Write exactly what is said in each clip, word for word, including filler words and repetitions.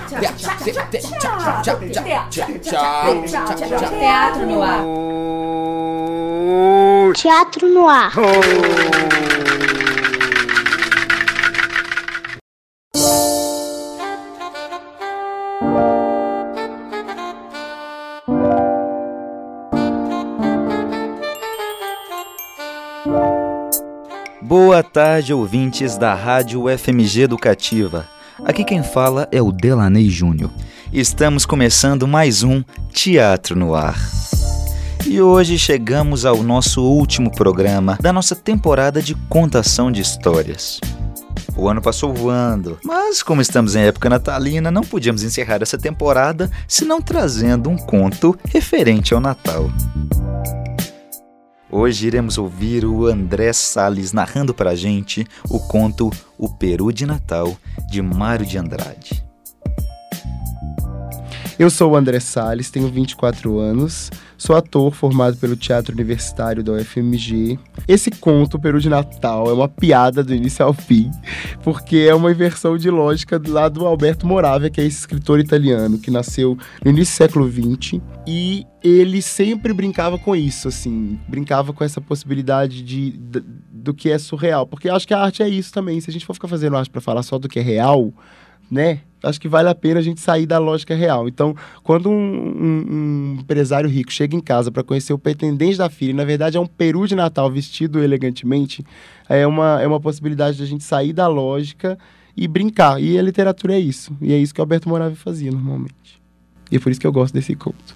Teatro no ar. Teatro no ar. Boa tarde, ouvintes da Rádio F M G Educativa. Aqui quem fala é o Delaney Júnior. Estamos começando mais um Teatro no Ar. E hoje chegamos ao nosso último programa da nossa temporada de contação de histórias. O ano passou voando, mas como estamos em época natalina, não podíamos encerrar essa temporada senão trazendo um conto referente ao Natal. Hoje iremos ouvir o André Salles narrando pra gente o conto O Peru de Natal, de Mário de Andrade. Eu sou o André Salles, tenho vinte e quatro anos, sou ator formado pelo Teatro Universitário da U F M G. Esse conto, O Peru de Natal, é uma piada do início ao fim, porque é uma inversão de lógica lá do Alberto Moravia, que é esse escritor italiano, que nasceu no início do século vinte, e ele sempre brincava com isso, assim, brincava com essa possibilidade de, de, do que é surreal, porque eu acho que a arte é isso também. Se a gente for ficar fazendo arte para falar só do que é real, né, acho que vale a pena a gente sair da lógica real. Então, quando um, um, um empresário rico chega em casa para conhecer o pretendente da filha, e na verdade é um peru de Natal vestido elegantemente, é uma, é uma possibilidade de a gente sair da lógica e brincar. E a literatura é isso. E é isso que o Alberto Moravia fazia normalmente. E é por isso que eu gosto desse conto.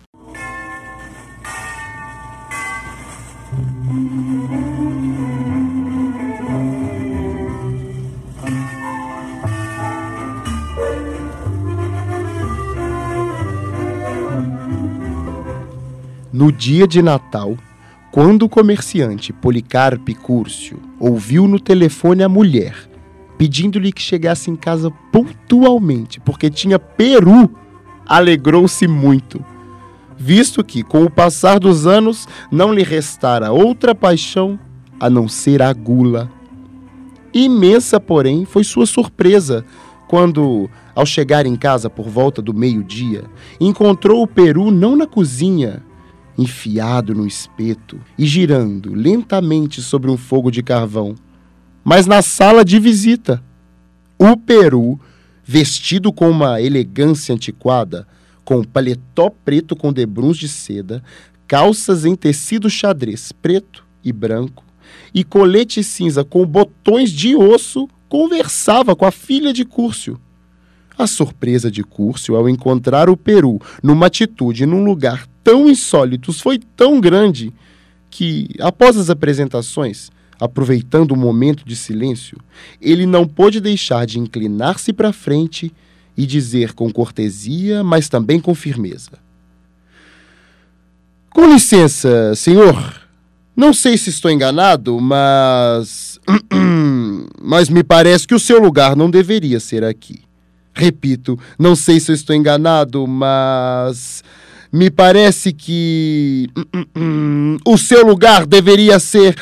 No dia de Natal, quando o comerciante Policarpo Curcio ouviu no telefone a mulher, pedindo-lhe que chegasse em casa pontualmente, porque tinha peru, alegrou-se muito, visto que, com o passar dos anos, não lhe restara outra paixão a não ser a gula. Imensa, porém, foi sua surpresa, quando, ao chegar em casa por volta do meio-dia, encontrou o peru não na cozinha, enfiado no espeto e girando lentamente sobre um fogo de carvão, mas na sala de visita. O peru, vestido com uma elegância antiquada, com paletó preto com debruns de seda, calças em tecido xadrez preto e branco e colete cinza com botões de osso, conversava com a filha de Curcio. A surpresa de Curcio ao encontrar o peru numa atitude num lugar tão insólito foi tão grande que, após as apresentações, aproveitando um momento de silêncio, ele não pôde deixar de inclinar-se para frente e dizer com cortesia, mas também com firmeza: "Com licença, senhor. Não sei se estou enganado, mas... mas me parece que o seu lugar não deveria ser aqui. Repito, não sei se eu estou enganado, mas... me parece que... o seu lugar deveria ser...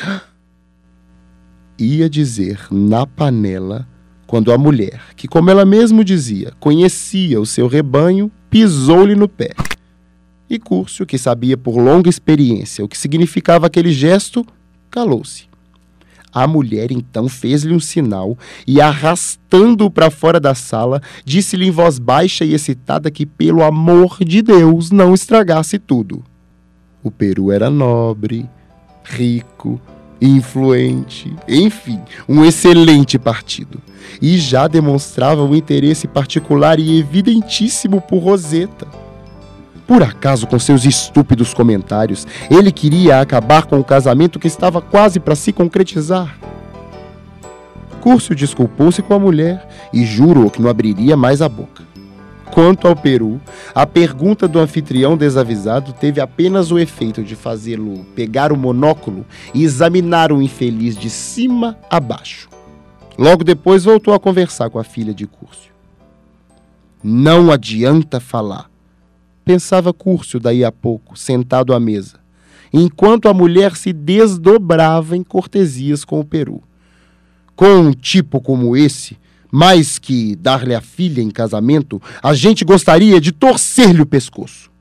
Ia dizer na panela, quando a mulher, que como ela mesmo dizia, conhecia o seu rebanho, pisou-lhe no pé. E Curcio, que sabia por longa experiência o que significava aquele gesto, calou-se. A mulher então fez-lhe um sinal e, arrastando-o para fora da sala, disse-lhe em voz baixa e excitada que, pelo amor de Deus, não estragasse tudo. O peru era nobre, rico, influente, enfim, um excelente partido. E já demonstrava um interesse particular e evidentíssimo por Roseta. Por acaso, com seus estúpidos comentários, ele queria acabar com o casamento que estava quase para se concretizar? Curcio desculpou-se com a mulher e jurou que não abriria mais a boca. Quanto ao peru, a pergunta do anfitrião desavisado teve apenas o efeito de fazê-lo pegar o monóculo e examinar o infeliz de cima a baixo. Logo depois voltou a conversar com a filha de Curcio. Não adianta falar, pensava Curcio daí a pouco, sentado à mesa, enquanto a mulher se desdobrava em cortesias com o peru. Com um tipo como esse, Mais que dar-lhe a filha em casamento, a gente gostaria de torcer-lhe o pescoço.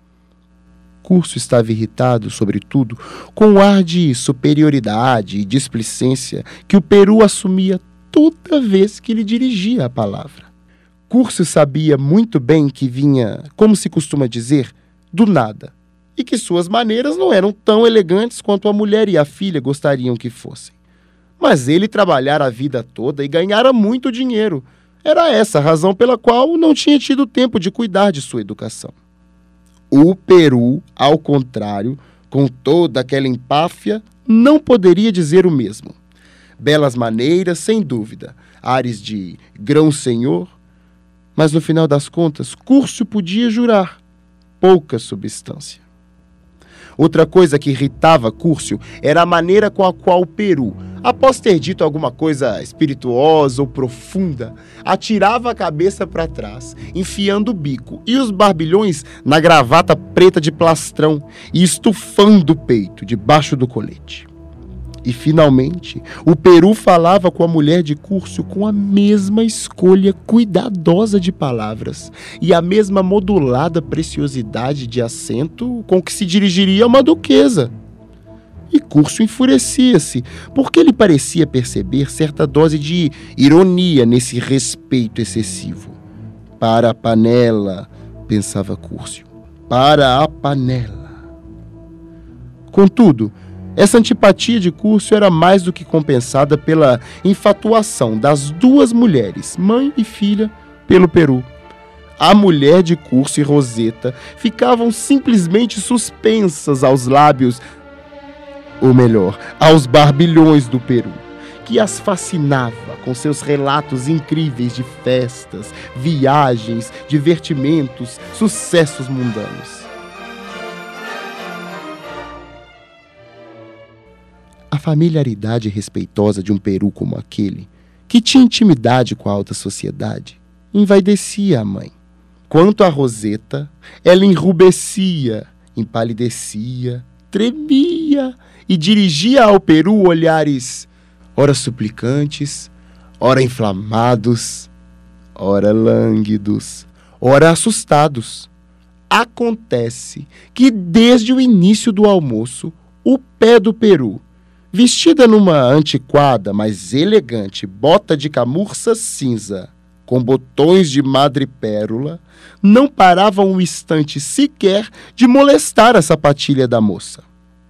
Curcio estava irritado, sobretudo, com o ar de superioridade e displicência que o Peru assumia toda vez que lhe dirigia a palavra. Curcio sabia muito bem que vinha, como se costuma dizer, do nada, e que suas maneiras não eram tão elegantes quanto a mulher e a filha gostariam que fossem. Mas ele trabalhara a vida toda e ganhara muito dinheiro. Era essa a razão pela qual não tinha tido tempo de cuidar de sua educação. O Peru, ao contrário, com toda aquela empáfia, não poderia dizer o mesmo. Belas maneiras, sem dúvida, ares de grão-senhor, mas no final das contas, Curcio podia jurar pouca substância. Outra coisa que irritava Curcio era a maneira com a qual o Peru, após ter dito alguma coisa espirituosa ou profunda, atirava a cabeça para trás, enfiando o bico e os barbilhões na gravata preta de plastrão e estufando o peito debaixo do colete. E, finalmente, o Peru falava com a mulher de Curcio com a mesma escolha cuidadosa de palavras e a mesma modulada preciosidade de acento com que se dirigiria a uma duquesa. E Curcio enfurecia-se, porque ele parecia perceber certa dose de ironia nesse respeito excessivo. Para a panela, pensava Curcio, para a panela. Contudo, essa antipatia de Curcio era mais do que compensada pela infatuação das duas mulheres, mãe e filha, pelo Peru. A mulher de Curcio e Roseta ficavam simplesmente suspensas aos lábios, ou melhor, aos barbilhões do Peru, que as fascinava com seus relatos incríveis de festas, viagens, divertimentos, sucessos mundanos. A familiaridade respeitosa de um Peru como aquele, que tinha intimidade com a alta sociedade, envaidecia a mãe. Quanto a Roseta, ela enrubescia, empalidecia, tremia e dirigia ao Peru olhares ora suplicantes, ora inflamados, ora lânguidos, ora assustados. Acontece que desde o início do almoço, o pé do Peru, vestida numa antiquada, mas elegante bota de camurça cinza, com botões de madrepérola, não parava um instante sequer de molestar a sapatilha da moça.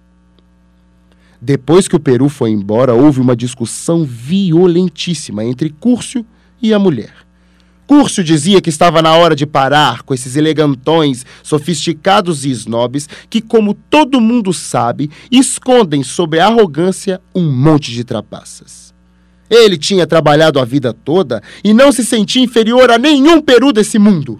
Depois que o Peru foi embora, houve uma discussão violentíssima entre Curcio e a mulher. Curcio dizia que estava na hora de parar com esses elegantões, sofisticados e snobs que, como todo mundo sabe, escondem sob a arrogância um monte de trapaças. Ele tinha trabalhado a vida toda e não se sentia inferior a nenhum Peru desse mundo.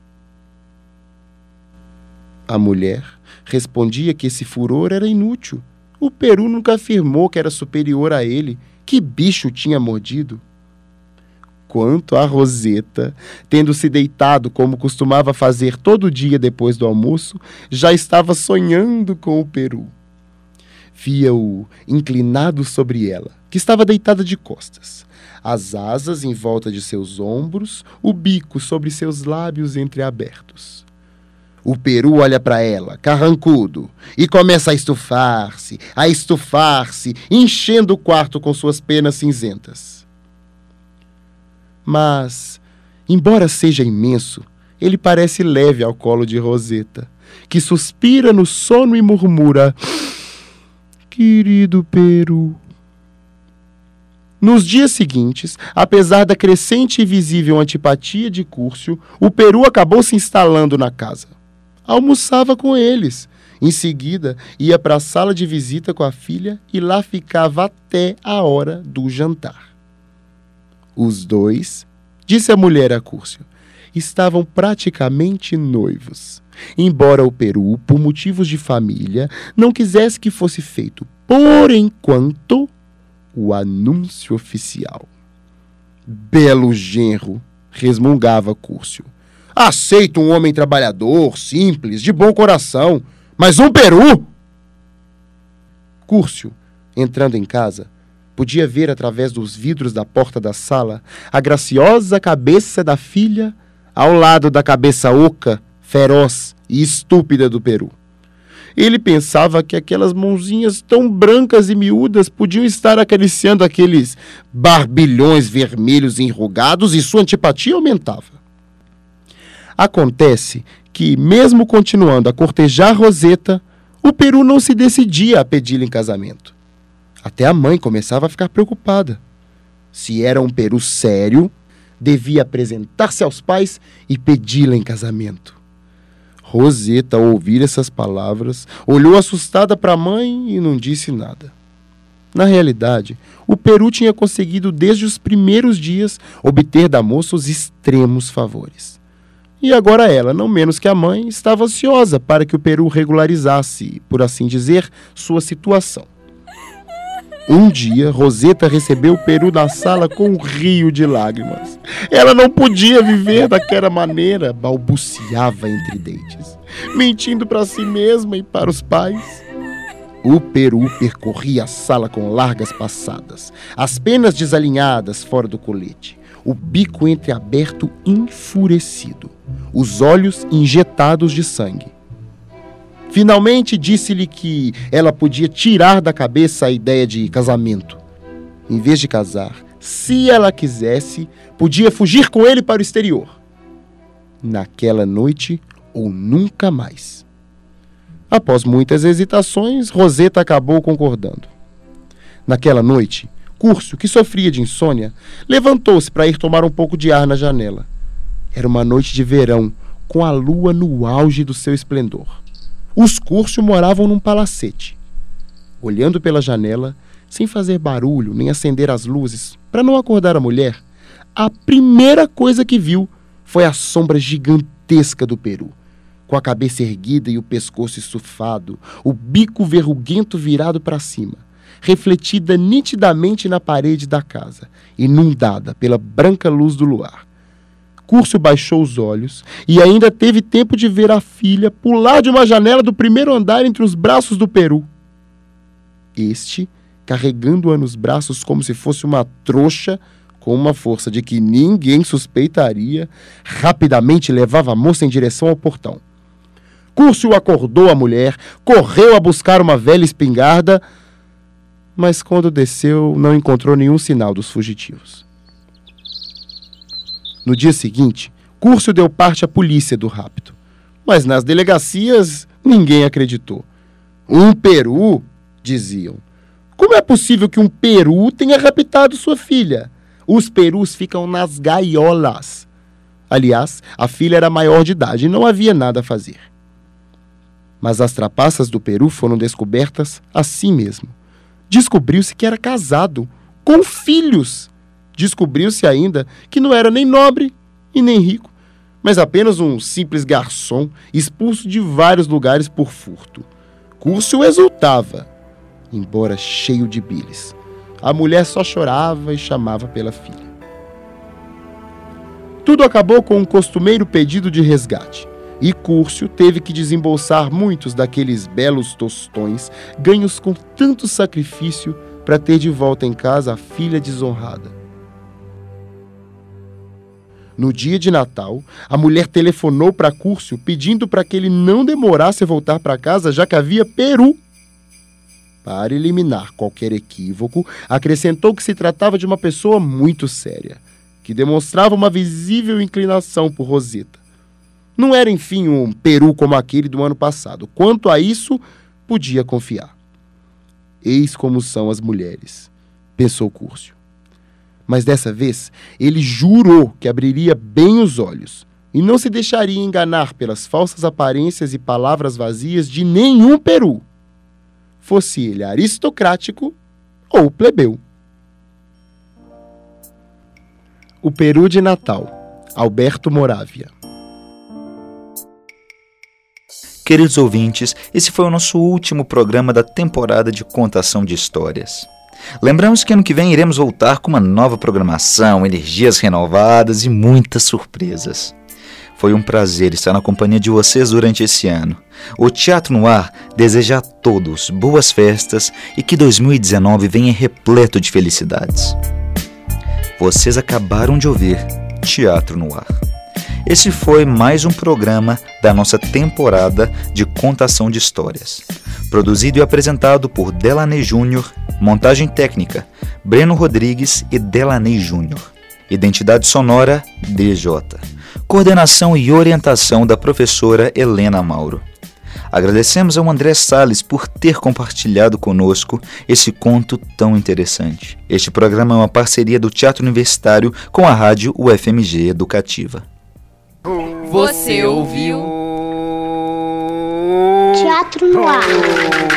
A mulher respondia que esse furor era inútil. O Peru nunca afirmou que era superior a ele. Que bicho tinha mordido? Quanto a Roseta, tendo se deitado como costumava fazer todo dia depois do almoço, já estava sonhando com o Peru. Via-o inclinado sobre ela, que estava deitada de costas, as asas em volta de seus ombros, o bico sobre seus lábios entreabertos. O Peru olha para ela, carrancudo, e começa a estufar-se, a estufar-se, enchendo o quarto com suas penas cinzentas. Mas, embora seja imenso, ele parece leve ao colo de Roseta, que suspira no sono e murmura: querido Peru. Nos dias seguintes, apesar da crescente e visível antipatia de Curcio, o Peru acabou se instalando na casa. Almoçava com eles. Em seguida, ia para a sala de visita com a filha e lá ficava até a hora do jantar. Os dois, disse a mulher a Curcio, estavam praticamente noivos, embora o Peru, por motivos de família, não quisesse que fosse feito, por enquanto, o anúncio oficial. Belo genro, resmungava Curcio. Aceito um homem trabalhador, simples, de bom coração, mas um Peru? Curcio, entrando em casa, podia ver através dos vidros da porta da sala a graciosa cabeça da filha ao lado da cabeça oca, feroz e estúpida do Peru. Ele pensava que aquelas mãozinhas tão brancas e miúdas podiam estar acariciando aqueles barbilhões vermelhos enrugados e sua antipatia aumentava. Acontece que, mesmo continuando a cortejar Roseta, o Peru não se decidia a pedi-la em casamento. Até a mãe começava a ficar preocupada. Se era um Peru sério, devia apresentar-se aos pais e pedi-la em casamento. Roseta, ao ouvir essas palavras, olhou assustada para a mãe e não disse nada. Na realidade, o Peru tinha conseguido desde os primeiros dias obter da moça os extremos favores. E agora ela, não menos que a mãe, estava ansiosa para que o Peru regularizasse, por assim dizer, sua situação. Um dia, Roseta recebeu o Peru na sala com um rio de lágrimas. Ela não podia viver daquela maneira, balbuciava entre dentes, mentindo para si mesma e para os pais. O Peru percorria a sala com largas passadas, as penas desalinhadas fora do colete, o bico entreaberto enfurecido, os olhos injetados de sangue. Finalmente disse-lhe que ela podia tirar da cabeça a ideia de casamento. Em vez de casar, se ela quisesse, podia fugir com ele para o exterior. Naquela noite ou nunca mais. Após muitas hesitações, Roseta acabou concordando. Naquela noite, Curcio, que sofria de insônia, levantou-se para ir tomar um pouco de ar na janela. Era uma noite de verão, com a lua no auge do seu esplendor. Os Curcio moravam num palacete. Olhando pela janela, sem fazer barulho nem acender as luzes, para não acordar a mulher, a primeira coisa que viu foi a sombra gigantesca do Peru, com a cabeça erguida e o pescoço estufado, o bico verruguento virado para cima, refletida nitidamente na parede da casa, inundada pela branca luz do luar. Curcio baixou os olhos e ainda teve tempo de ver a filha pular de uma janela do primeiro andar entre os braços do Peru. Este, carregando-a nos braços como se fosse uma trouxa, com uma força de que ninguém suspeitaria, rapidamente levava a moça em direção ao portão. Curcio acordou a mulher, correu a buscar uma velha espingarda, mas quando desceu não encontrou nenhum sinal dos fugitivos. No dia seguinte, Curcio deu parte à polícia do rapto. Mas nas delegacias, ninguém acreditou. Um Peru, diziam. Como é possível que um Peru tenha raptado sua filha? Os Perus ficam nas gaiolas. Aliás, a filha era maior de idade e não havia nada a fazer. Mas as trapaças do Peru foram descobertas assim mesmo. Descobriu-se que era casado, com filhos. Descobriu-se ainda que não era nem nobre e nem rico, mas apenas um simples garçom expulso de vários lugares por furto. Curcio exultava, embora cheio de bilis. A mulher só chorava e chamava pela filha. Tudo acabou com um costumeiro pedido de resgate, e Curcio teve que desembolsar muitos daqueles belos tostões ganhos com tanto sacrifício para ter de volta em casa a filha desonrada. No dia de Natal, a mulher telefonou para Curcio pedindo para que ele não demorasse a voltar para casa, já que havia Peru. Para eliminar qualquer equívoco, acrescentou que se tratava de uma pessoa muito séria, que demonstrava uma visível inclinação por Roseta. Não era, enfim, um Peru como aquele do ano passado. Quanto a isso, podia confiar. Eis como são as mulheres, pensou Curcio. Mas dessa vez, ele jurou que abriria bem os olhos e não se deixaria enganar pelas falsas aparências e palavras vazias de nenhum Peru, fosse ele aristocrático ou plebeu. O Peru de Natal, Alberto Moravia. Queridos ouvintes, esse foi o nosso último programa da temporada de contação de histórias. Lembramos que ano que vem iremos voltar com uma nova programação, energias renovadas e muitas surpresas. Foi um prazer estar na companhia de vocês durante esse ano. O Teatro no Ar deseja a todos boas festas e que dois mil e dezenove venha repleto de felicidades. Vocês acabaram de ouvir Teatro no Ar. Esse foi mais um programa da nossa temporada de contação de histórias. Produzido e apresentado por Delaney Júnior, montagem técnica, Breno Rodrigues e Delaney Júnior. Identidade sonora, D J. Coordenação e orientação da professora Helena Mauro. Agradecemos ao André Salles por ter compartilhado conosco esse conto tão interessante. Este programa é uma parceria do Teatro Universitário com a rádio U F M G Educativa. Você ouviu? Teatro no Ar.